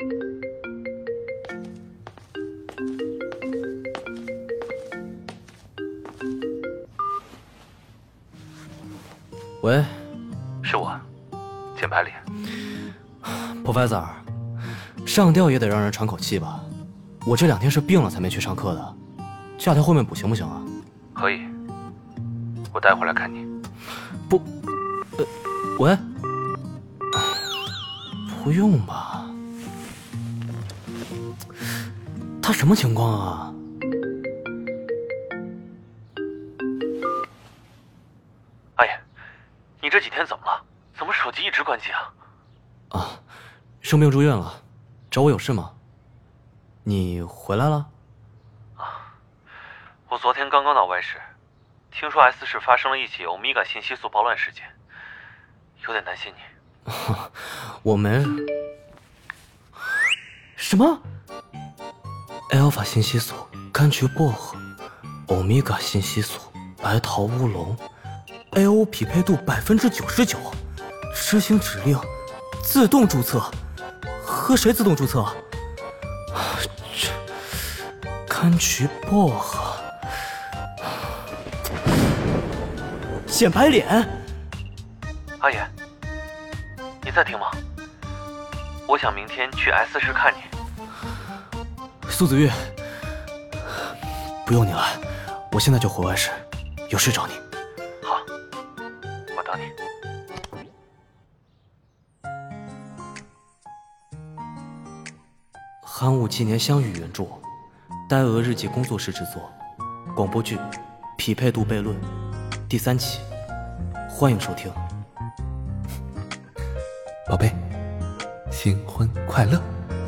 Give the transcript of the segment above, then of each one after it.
喂， 是我，简白脸。 Professor， 上吊也得让人喘口气吧？我这2天是病了才没去上课的，假条后面补行不行啊？ 可以，我待会儿来看你。 不，喂，不用吧？他什么情况啊？ 阿言，你这几天怎么了？怎么手机一直关机啊？ 啊，生病住院了，找我有事吗？你回来了？ 啊，我昨天刚刚到 Y 市，听说 S 市发生了一起欧米伽信息素暴乱事件，有点担心你。 我没。什么 ？alpha 信息素、柑橘薄荷、欧米伽信息素、白桃乌龙 ，AO 匹配度99%，执行指令，自动注册。和谁自动注册？这柑橘薄荷，显白脸。 阿言，你在听吗？我想明天去 S 市看你。 苏子玉，不用你了，我现在就回外市，有事找你。 好，我等你。 寒武纪年相遇原著，呆鹅日记工作室制作，广播剧《匹配度悖论》第3期，欢迎收听。宝贝，新婚快乐！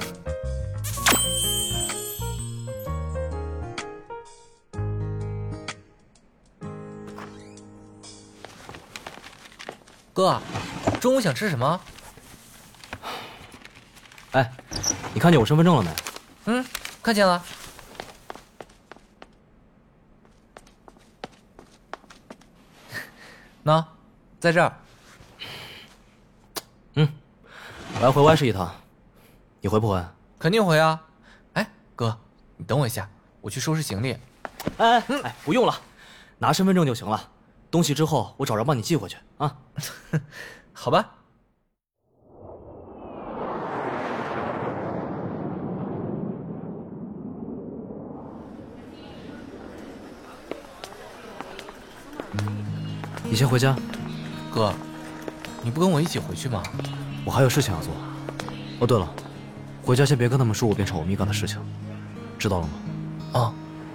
哥，中午想吃什么？ 哎，你看见我身份证了没？ 嗯，看见了。喏，在这儿。 我要回外市一趟，你回不回？ 肯定回啊。哎，哥，你等我一下，我去收拾行李。 哎，不用了，拿身份证就行了。东西之后我找人帮你寄回去啊。 好吧。 你先回家。 哥，你不跟我一起回去吗？ 我还有事情要做。哦，对了，回家先别跟他们说我变成欧米伽的事情，知道了吗？ 啊。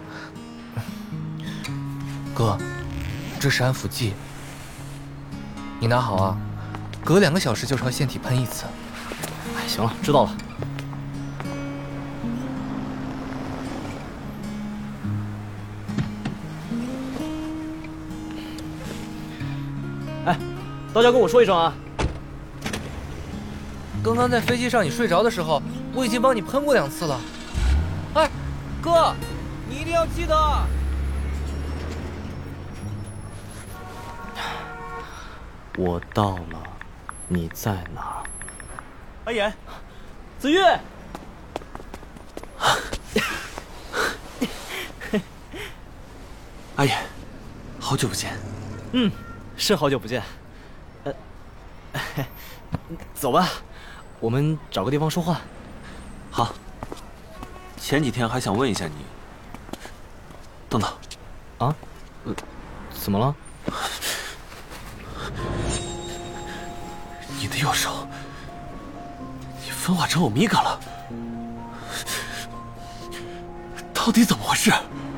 哥，这是安抚剂，你拿好啊，隔2个小时就朝腺体喷1次。 哎，行了，知道了。哎，到家跟我说一声啊。 刚刚在飞机上你睡着的时候，我已经帮你喷过2次了。哎，哥，你一定要记得。 我到了，你在哪儿？ 阿言， 子玉。 阿言，好久不见。 是好久不见。走吧，我们找个地方说话。 好。前几天还想问一下你。等等。 啊？怎么了？ 你的右手，你分化成欧米伽了，到底怎么回事？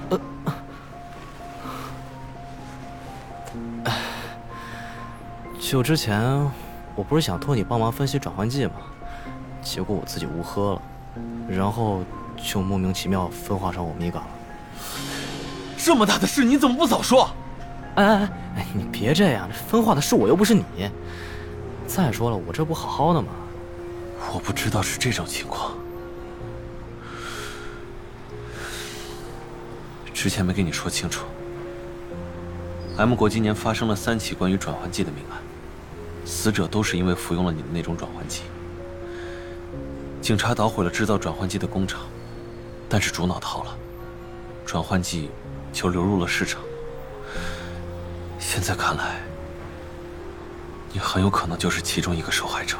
就之前我不是想托你帮忙分析转换剂吗？结果我自己误喝了，然后就莫名其妙分化成欧米伽了。 这么大的事你怎么不早说？ 哎，你别这样，分化的是我又不是你。再说了，我这不好好的吗？ 我不知道是这种情况，之前没跟你说清楚。M 国今年发生了3起关于转换剂的命案，死者都是因为服用了你的那种转换剂。 警察捣毁了制造转换剂的工厂，但是主脑逃了，转换剂就流入了市场。现在看来，你很有可能就是其中一个受害者。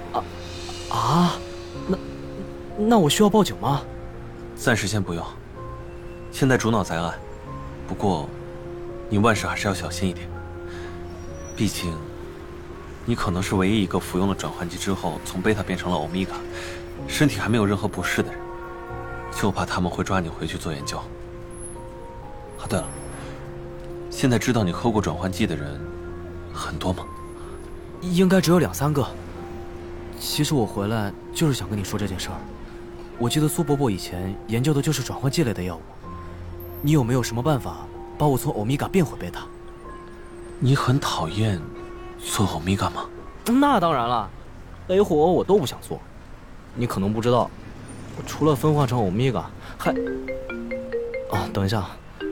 那我需要报警吗？ 暂时先不用，现在主脑在案，不过你万事还是要小心一点。毕竟，你可能是唯一一个服用了转换剂之后从贝塔变成了欧米伽，身体还没有任何不适的人，就怕他们会抓你回去做研究。啊，对了，现在知道你喝过转换剂的人很多吗？ 应该只有2、3个。其实我回来就是想跟你说这件事儿。我记得苏伯伯以前研究的就是转换剂类的药物，你有没有什么办法把我从欧米伽变回贝塔？ 你很讨厌做欧米伽吗？ 那当然了，A 或 O 我都不想做。你可能不知道，我除了分化成欧米伽，还……等一下。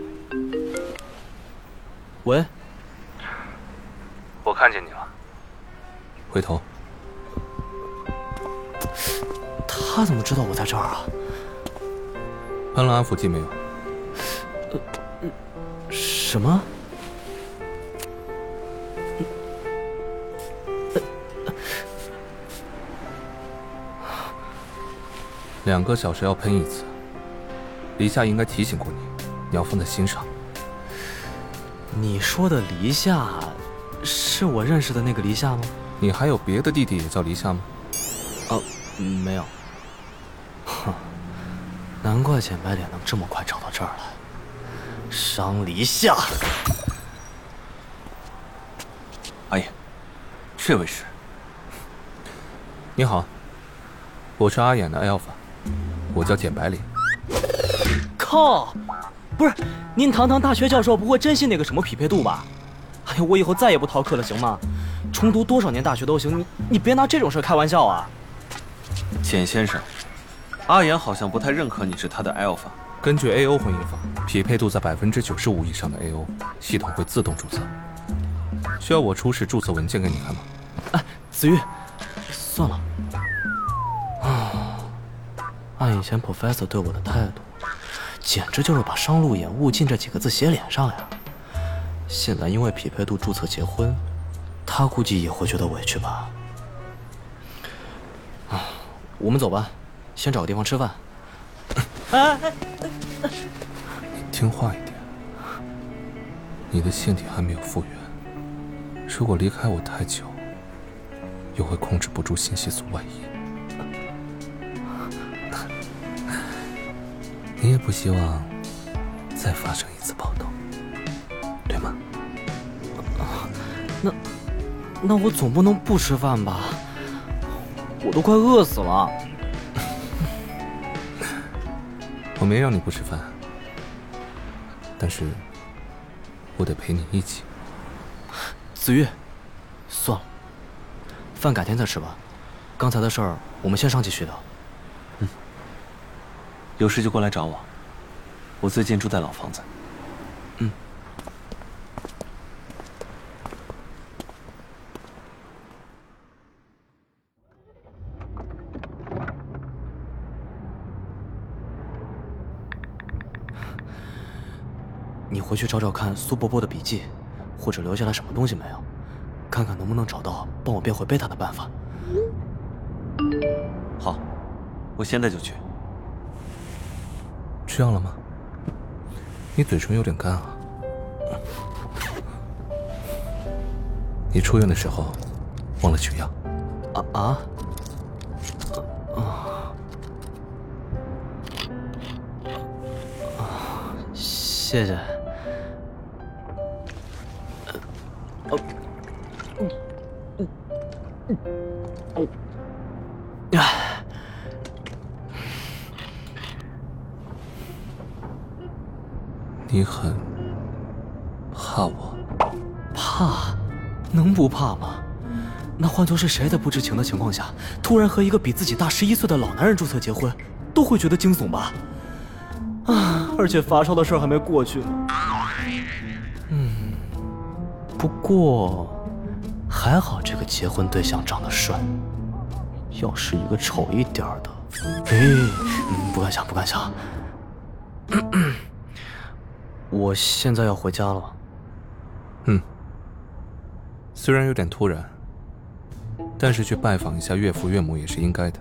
喂， 我看见你了。 回头。 他怎么知道我在这儿啊？ 喷了安抚剂没有？ 什么 ？2个小时要喷1次，黎夏应该提醒过你，你要放在心上。 你说的黎夏，是我认识的那个黎夏吗？ 你还有别的弟弟也叫黎夏吗？ 没有。哼，难怪简白脸能这么快找到这儿来。伤黎夏。 阿言，这位是？ 你好，我是阿衍的 Alpha， 我叫简白脸。 靠！不是，您堂堂大学教授不会真信那个什么匹配度吧？哎呀，我以后再也不逃课了，行吗？重读多少年大学都行，你别拿这种事开玩笑啊！ 简先生，阿言好像不太认可你是他的 Alpha。 根据 AO 婚姻法，匹配度在95%以上的 AO， 系统会自动注册。需要我出示注册文件给你看吗？ 子玉，算了。按以前 Professor 对我的态度，简直就是把商路演物尽这几个字写脸上呀。现在因为匹配度注册结婚，他估计也会觉得委屈吧。我们走吧，先找个地方吃饭。 你听话一点，你的腺体还没有复原，如果离开我太久，又会控制不住信息素外溢。你也不希望再发生一次暴动，对吗？ 那我总不能不吃饭吧？我都快饿死了。 我没让你不吃饭，但是我得陪你一起。 子玉，算了，饭改天再吃吧。刚才的事儿，我们先上继续聊。 有事就过来找我，我最近住在老房子。 你回去找找看苏伯伯的笔记，或者留下来什么东西没有，看看能不能找到帮我变回贝塔的办法。 好，我现在就去。 吃药了吗？你嘴唇有点干啊。你出院的时候忘了取药。 谢谢。 你很怕我？ 怕？能不怕吗？那换作是谁在不知情的情况下，突然和一个比自己大11岁的老男人注册结婚，都会觉得惊悚吧？而且发烧的事儿还没过去呢。不过还好这个结婚对象长得帅，要是一个丑一点的， 不敢想，不敢想。我现在要回家了。 虽然有点突然，但是去拜访一下岳父岳母也是应该的。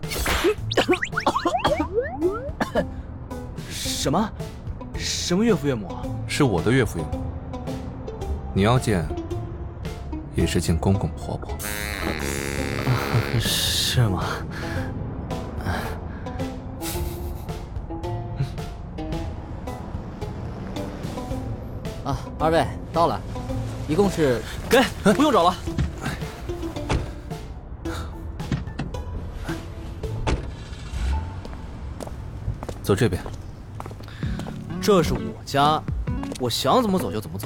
什么？什么岳父岳母啊？ 是我的岳父岳母。你要见，也是见公公婆婆。 是吗？ 啊，二位到了，一共是给，不用找了。 走这边。 这是我家，我想怎么走就怎么走。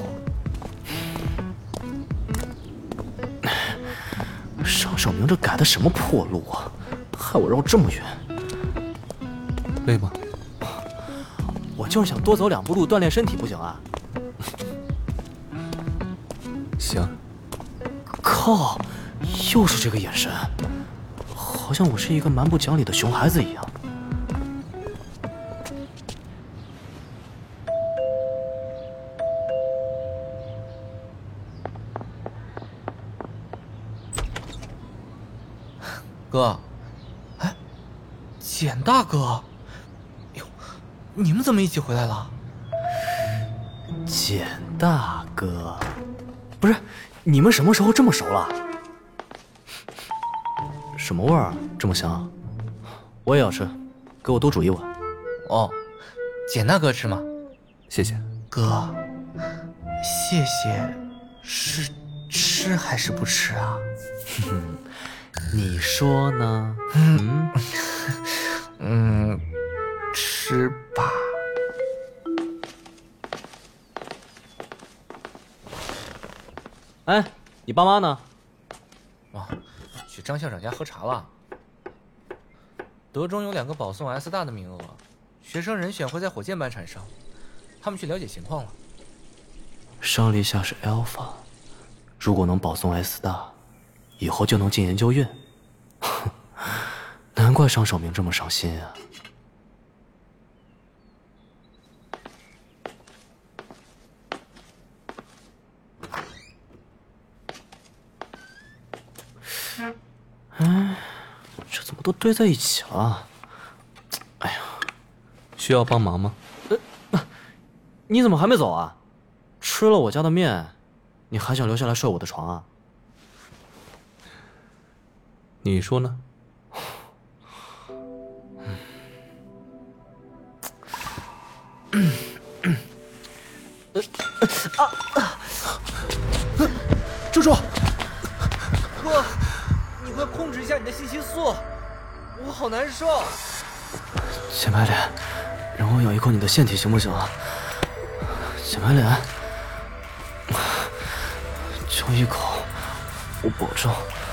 上少明这改的什么破路啊，害我绕这么远。 累吗？ 我就是想多走2步路锻炼身体，不行啊？ 行。 靠，又是这个眼神，好像我是一个蛮不讲理的熊孩子一样。 哥，哎，简大哥，哟，你们怎么一起回来了？ 简大哥，不是，你们什么时候这么熟了？什么味儿这么香？我也要吃，给我多煮一碗。 哦，简大哥吃吗？ 谢谢。 哥，谢谢，是吃还是不吃啊？ 你说呢？ 吃吧。 哎，你爸妈呢？ 哦，去张校长家喝茶了。德中有2个保送 S 大的名额，学生人选会在火箭班产生，他们去了解情况了。 上立夏是 Alpha， 如果能保送 S 大，以后就能进研究院。难怪上少明这么上心啊。这怎么都堆在一起了？哎呀， 需要帮忙吗？ 你怎么还没走啊？吃了我家的面，你还想留下来睡我的床啊？ 你说呢？ 住手！ 哥，你快控制一下你的信息素，我好难受。 简白脸，让我咬一口你的腺体行不行啊？简白脸，就一口，我保证。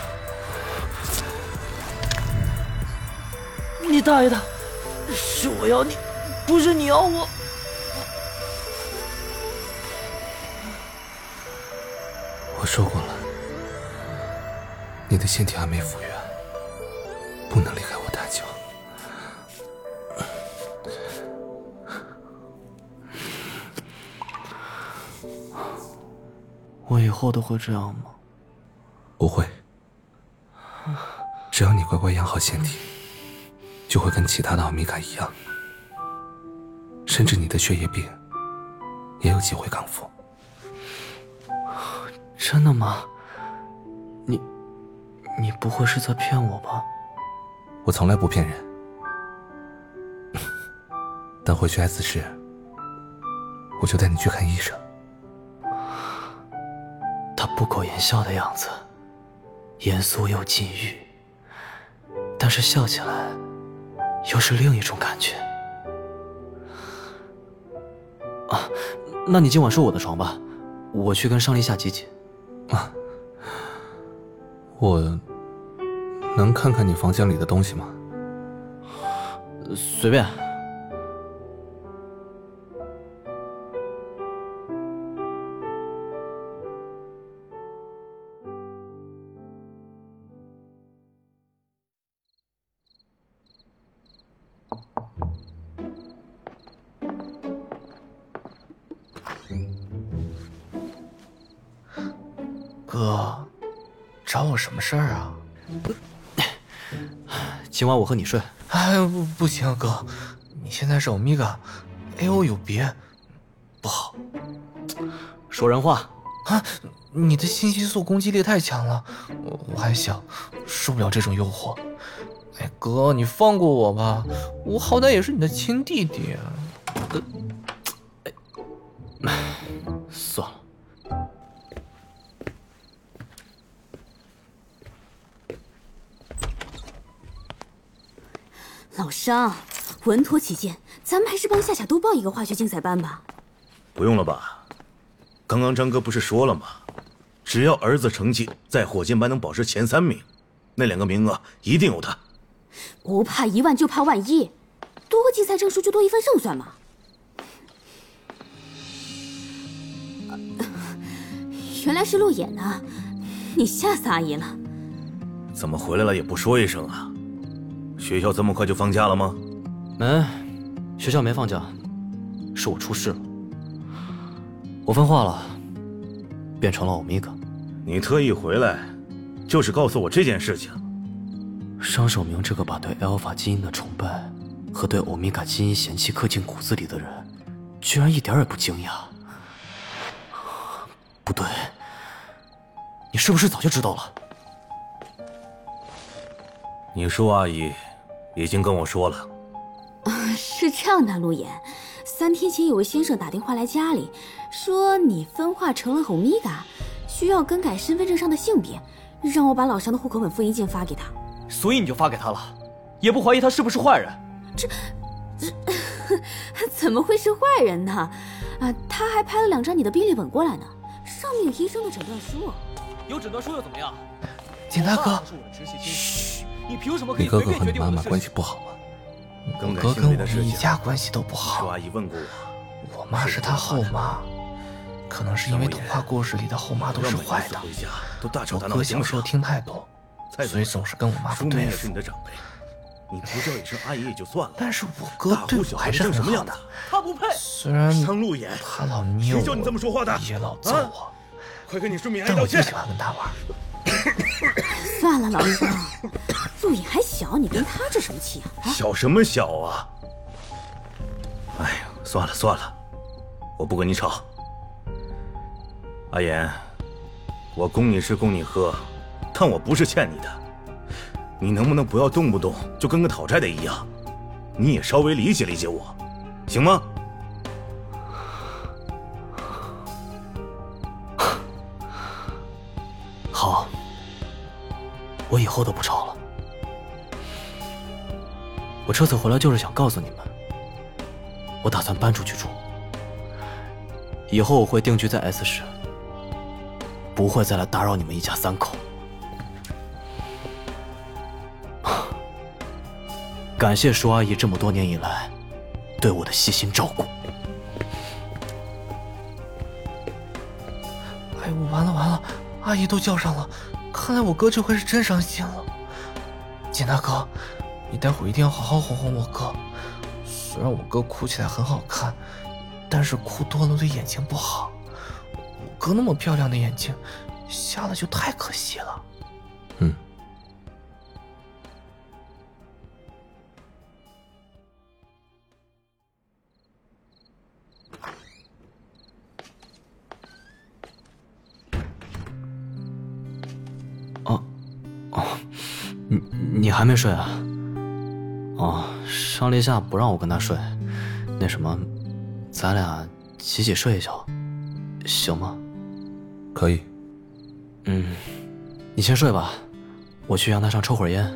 你大爷的！是我咬你，不是你咬我。 我说过了，你的腺体还没复原，不能离开我太久。 我以后都会这样吗？ 不会，只要你乖乖养好腺体，就会跟其他的奥米伽一样，甚至你的血液病也有机会康复。 真的吗？你不会是在骗我吧？ 我从来不骗人。等回去 S 市，我就带你去看医生。 他不苟言笑的样子，严肃又禁欲，但是笑起来又是另一种感觉。啊，那你今晚睡我的床吧，我去跟上立夏挤挤。 我能看看你房间里的东西吗？ 随便。 哥，找我什么事儿啊？ 今晚我和你睡。 哎，不行，哥，你现在是欧米伽，AO 有别，不好。 说人话啊！你的信息素攻击力太强了，我还小，受不了这种诱惑。哎，哥，你放过我吧，我好歹也是你的亲弟弟。 算了。 老商，稳妥起见，咱们还是帮夏夏多报一个化学竞赛班吧。 不用了吧？刚刚张哥不是说了吗？只要儿子成绩在火箭班能保持前3名，那2个名额一定有他。 不怕1万就怕万一，多个竞赛证书就多一份胜算嘛。原来是路野呢，你吓死阿姨了。 怎么回来了也不说一声啊？学校这么快就放假了吗？ 没，学校没放假，是我出事了。我分化了，变成了欧米伽。 你特意回来，就是告诉我这件事情。 商守明这个把对 Alpha 基因的崇拜和对欧米伽基因嫌弃刻进骨子里的人，居然一点也不惊讶。不对，你是不是早就知道了？ 你叔阿姨已经跟我说了。 是这样的，陆岩，3天前有位先生打电话来家里，说你分化成了欧米伽，需要更改身份证上的性别，让我把老商的户口本复印件发给他。 所以你就发给他了，也不怀疑他是不是坏人？ 这怎么会是坏人呢？他还拍了2张你的病历本过来呢，上面有医生的诊断书。 有诊断书又怎么样？ 简大哥， 嘘，你凭什么可以你哥哥随便决定和你妈妈我的事情？ 关系不好吗？ 更改哥跟我们一性别的事情， 家关系都不好。 叔阿姨问过我， 我妈是他后妈，可能是因为童话故事里的后妈都是坏的。 回家都大吵我大闹的哥小时候听太多，所以总是跟我妈不对付叔明也是你。的长辈，你不叫一声阿姨也就算了， 但是我哥对我还是很好的， 他不配。 虽然张路野， 他老捏我， 谁叫你这么说话的？ 也老揍我， 快跟你叔明阿姨道歉但我就喜！欢跟他玩。 算了，老张，陆野还小，你跟他置什么气啊？ 小什么小啊？哎呀，算了算了，我不跟你吵。阿言，我供你吃供你喝，但我不是欠你的。你能不能不要动不动就跟个讨债的一样？你也稍微理解理解我，行吗？ 好，我以后都不吵了。我这次回来就是想告诉你们，我打算搬出去住，以后我会定居在 S 市，不会再来打扰你们一家3口。感谢舒阿姨这么多年以来对我的细心照顾。 哎，我完了，阿姨都叫上了，看来我哥这回是真伤心了。简大哥，你待会儿一定要好好哄哄我哥。虽然我哥哭起来很好看，但是哭多了对眼睛不好。我哥那么漂亮的眼睛，瞎了就太可惜了。 嗯。 你还没睡啊？哦，上立夏不让我跟他睡，那什么，咱俩挤挤睡一觉，行吗？ 可以。 你先睡吧，我去阳台上抽会儿烟。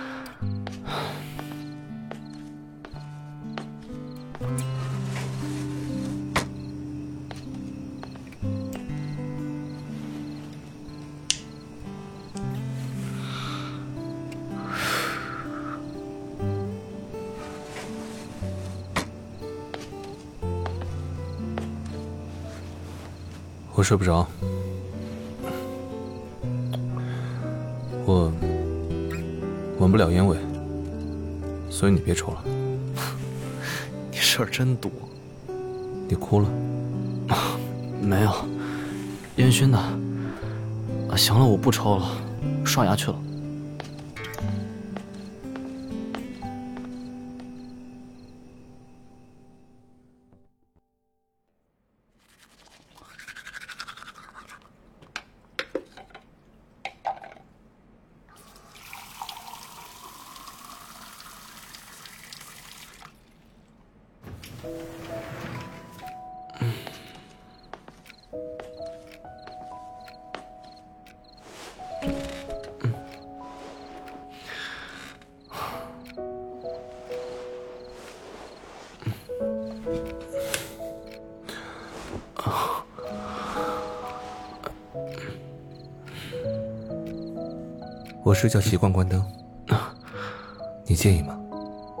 我睡不着，我闻不了烟味，所以你别抽了。 你事儿真多。 你哭了？ 没有，烟熏的。 行了，我不抽了，刷牙去了。 我睡觉习惯关灯，你介意吗？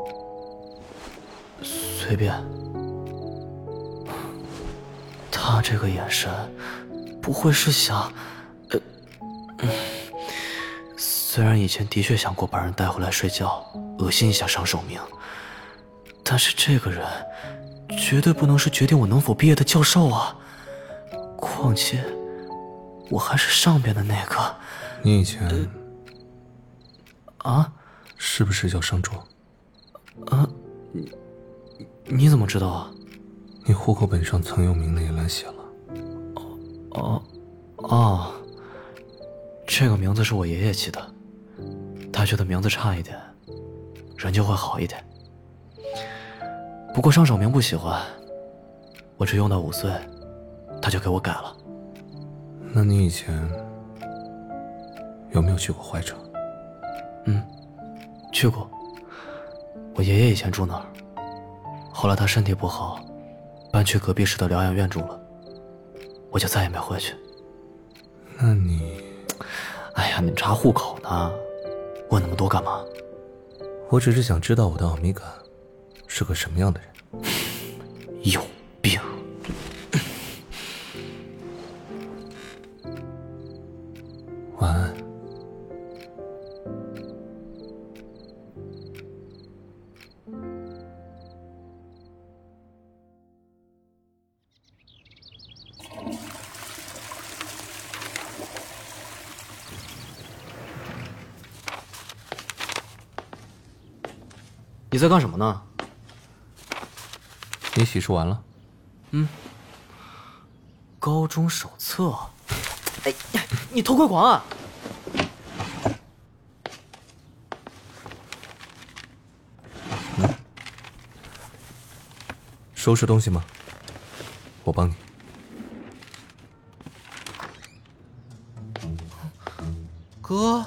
随便。他这个眼神，不会是想……虽然以前的确想过把人带回来睡觉，恶心一下上寿命，但是这个人绝对不能是决定我能否毕业的教授啊！况且，我还是上边的那个。 你以前是不是叫商卓？ 你怎么知道啊？ 你户口本上曾用明那一栏写了。 这个名字是我爷爷起的，他觉得名字差一点，人就会好一点。不过上手明不喜欢，我只用到5岁，他就给我改了。 那你以前有没有去过怀城？ 去过。我爷爷以前住那儿，后来他身体不好，搬去隔壁市的疗养院住了，我就再也没回去。 那你…… 哎呀，你查户口呢，问那么多干嘛？ 我只是想知道我的奥米伽是个什么样的人。 有病。 晚安。 你在干什么呢？ 你洗漱完了？ 高中手册。哎呀，你偷窥狂啊！ 收拾东西吗？我帮你。 哥，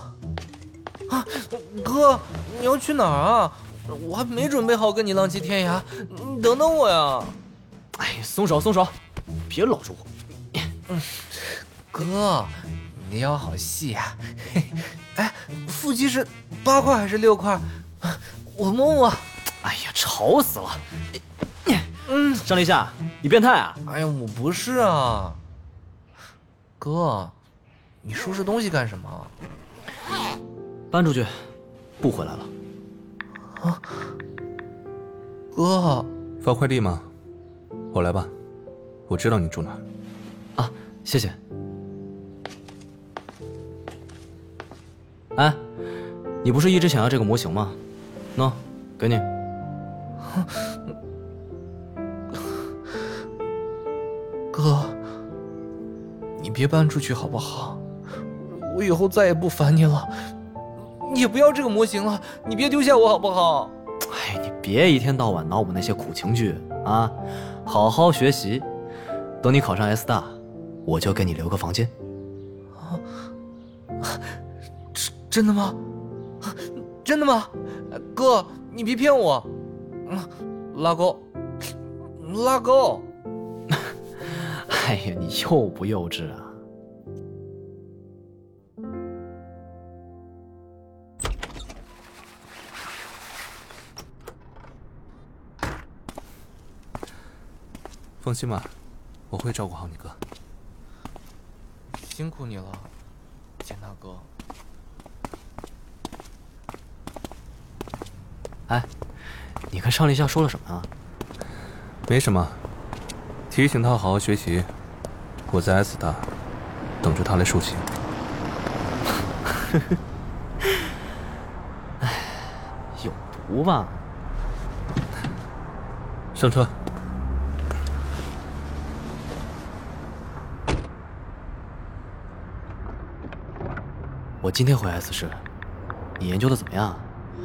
哥，你要去哪儿啊？我还没准备好跟你浪迹天涯，你等等我呀！ 哎，松手，别搂着我。 哥，你的腰好细啊！哎，腹肌是8块还是6块？我摸摸。 哎呀，吵死了！张立夏，你变态啊！ 哎呀，我不是啊。哥，你收拾东西干什么？ 搬出去，不回来了。 哥， 发快递吗？我来吧，我知道你住哪儿。 谢谢。哎，你不是一直想要这个模型吗？喏，给你。 哥，你别搬出去好不好？我以后再也不烦你了。你也不要这个模型了，你别丢下我好不好？ 哎，你别一天到晚脑补那些苦情剧啊，好好学习，等你考上 S 大，我就给你留个房间。 真的吗？真的吗？哥，你别骗我。拉钩，拉钩。 哎呀，你幼不幼稚啊？ 放心吧，我会照顾好你哥。 辛苦你了，简大哥。 哎，你跟上立夏说了什么啊？ 没什么，提醒他好好学习。我在 S 大等着他来授勤。 哎，有毒吧？ 上车。 我今天回 S 市，你研究的怎么样？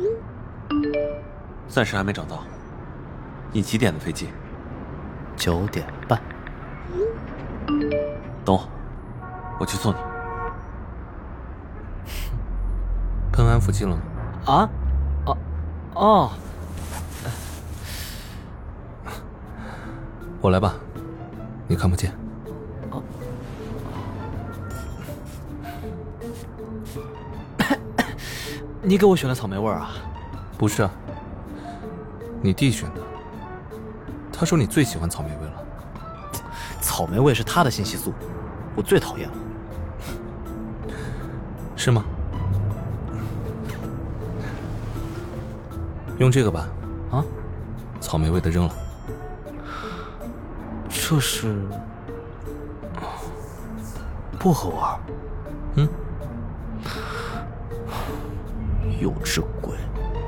暂时还没找到。你几点的飞机 9点半。 等我，我去送你。 喷安抚剂了吗？ 啊？哦。 我来吧，你看不见。 你给我选的草莓味儿啊？ 不是啊，你弟选的。他说你最喜欢草莓味了。 草莓味是他的信息素，我最讨厌了。 是吗？用这个吧。 啊？ 草莓味的扔了。 这是薄荷味儿。 嗯。 幼稚鬼。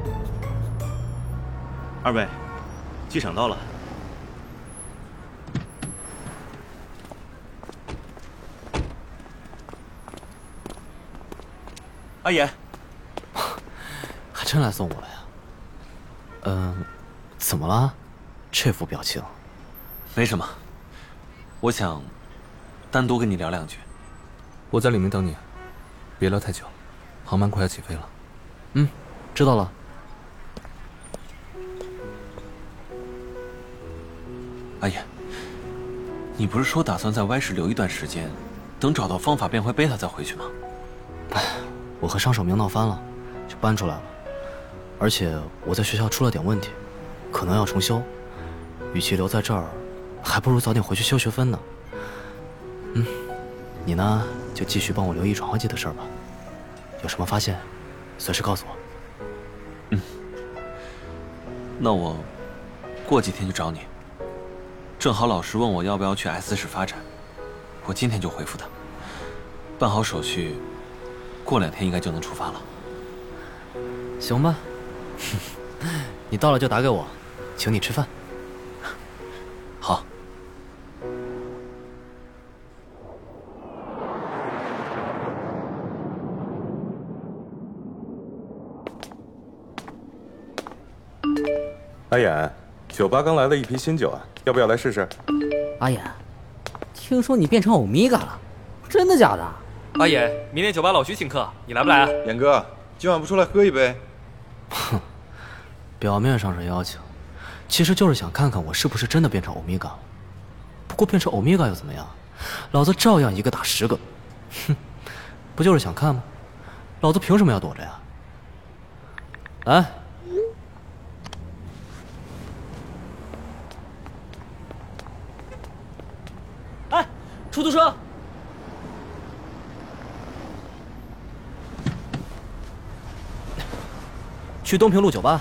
二位，机场到了。 阿言， 还真来送我了呀？怎么了？这副表情。 没什么，我想单独跟你聊两句。 我在里面等你，别聊太久，航班快要起飞了。 嗯，知道了。 阿言，你不是说打算在 Y 市留一段时间，等找到方法变回贝塔再回去吗？ 我和商守明闹翻了，就搬出来了。而且我在学校出了点问题，可能要重修。与其留在这儿，还不如早点回去修学分呢。你呢，就继续帮我留意转化剂的事儿吧。有什么发现，随时告诉我。 那我过几天去找你。正好老师问我要不要去 S 市发展，我今天就回复他，办好手续，过2天应该就能出发了。 行吧，你到了就打给我，请你吃饭。 好。 阿言，酒吧刚来了一批新酒啊，要不要来试试？ 阿言，听说你变成欧米伽了，真的假的？ 阿言，明天酒吧老徐请客，你来不来啊？ 严哥，今晚不出来喝一杯？ 哼，表面上是邀请，其实就是想看看我是不是真的变成欧米伽了。不过变成欧米伽又怎么样？老子照样一个打10个。哼，不就是想看吗？老子凭什么要躲着呀？来。哎，出租车！去东平路酒吧。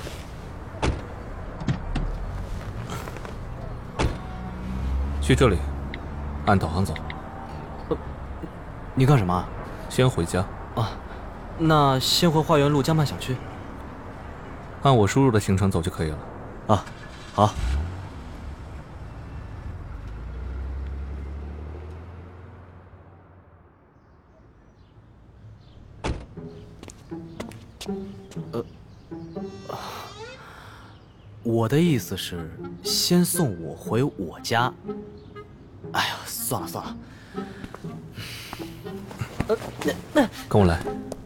去这里，按导航走。 你干什么？ 先回家。 啊，那先回花园路江畔小区。 按我输入的行程走就可以了。 啊，好。我的意思是，先送我回我家。哎呀，算了算了。 跟我来。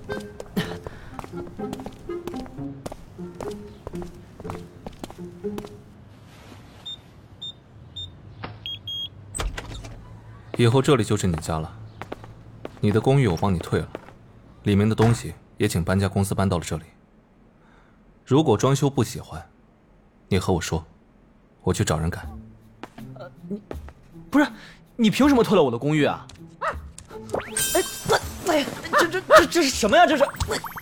以后这里就是你家了。你的公寓我帮你退了，里面的东西也请搬家公司搬到了这里。如果装修不喜欢，你和我说，我去找人改。 你不是，你凭什么退了我的公寓啊？哎，这是什么呀？这是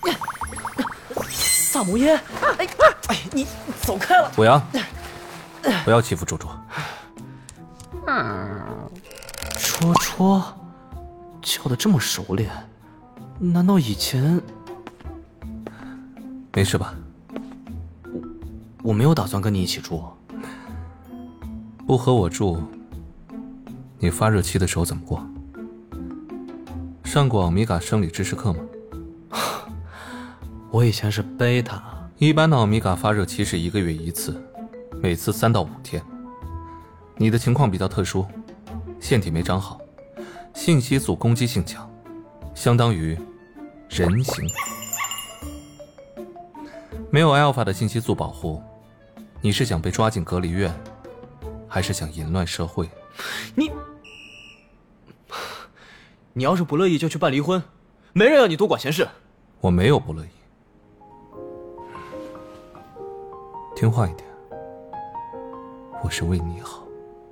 萨摩耶！哎，你走开了！ 武阳，不要欺负卓卓。 戳戳，叫的这么熟练， 难道以前…… 没事吧？ 我没有打算跟你一起住。 不和我住，你发热期的时候怎么过？上过欧米伽生理知识课吗？ 我以前是贝塔。 一般的欧米伽发热期是1个月1次，每次3到5天。你的情况比较特殊，腺体没长好，信息素攻击性强，相当于人形。没有 alpha 的信息素保护，你是想被抓进隔离院，还是想淫乱社会？ 你要是不乐意就去办离婚，没人要你多管闲事。 我没有不乐意，听话一点，我是为你好。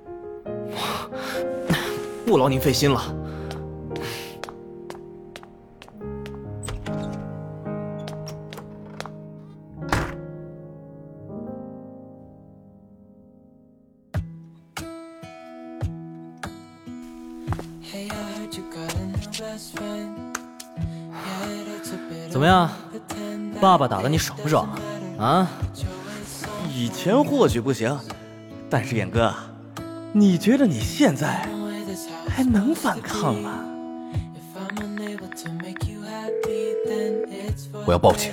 不劳您费心了。 怎么样，爸爸打的你爽不爽啊？ 以前或许不行，但是眼哥，你觉得你现在还能反抗吗？ 我要报警。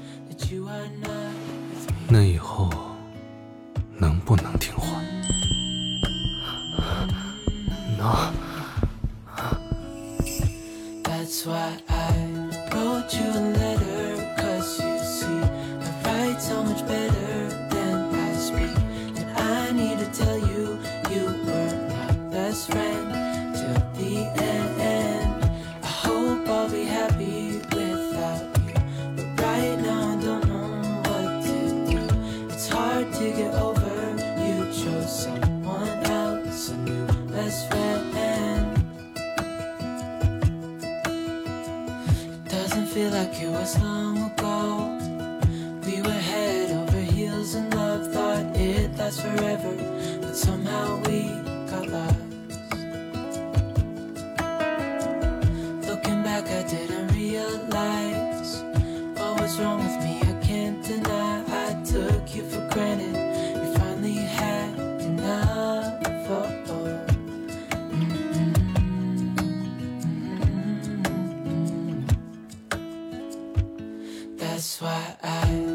那以后能不能听话？ 能。 Feel like it was long ago. We were head over heels in love, thought it'd last forever, but somehow we got lost. Looking back, I didn't realize what was wrong with me. I can't deny I took you for granted. You finally had enough. That's why I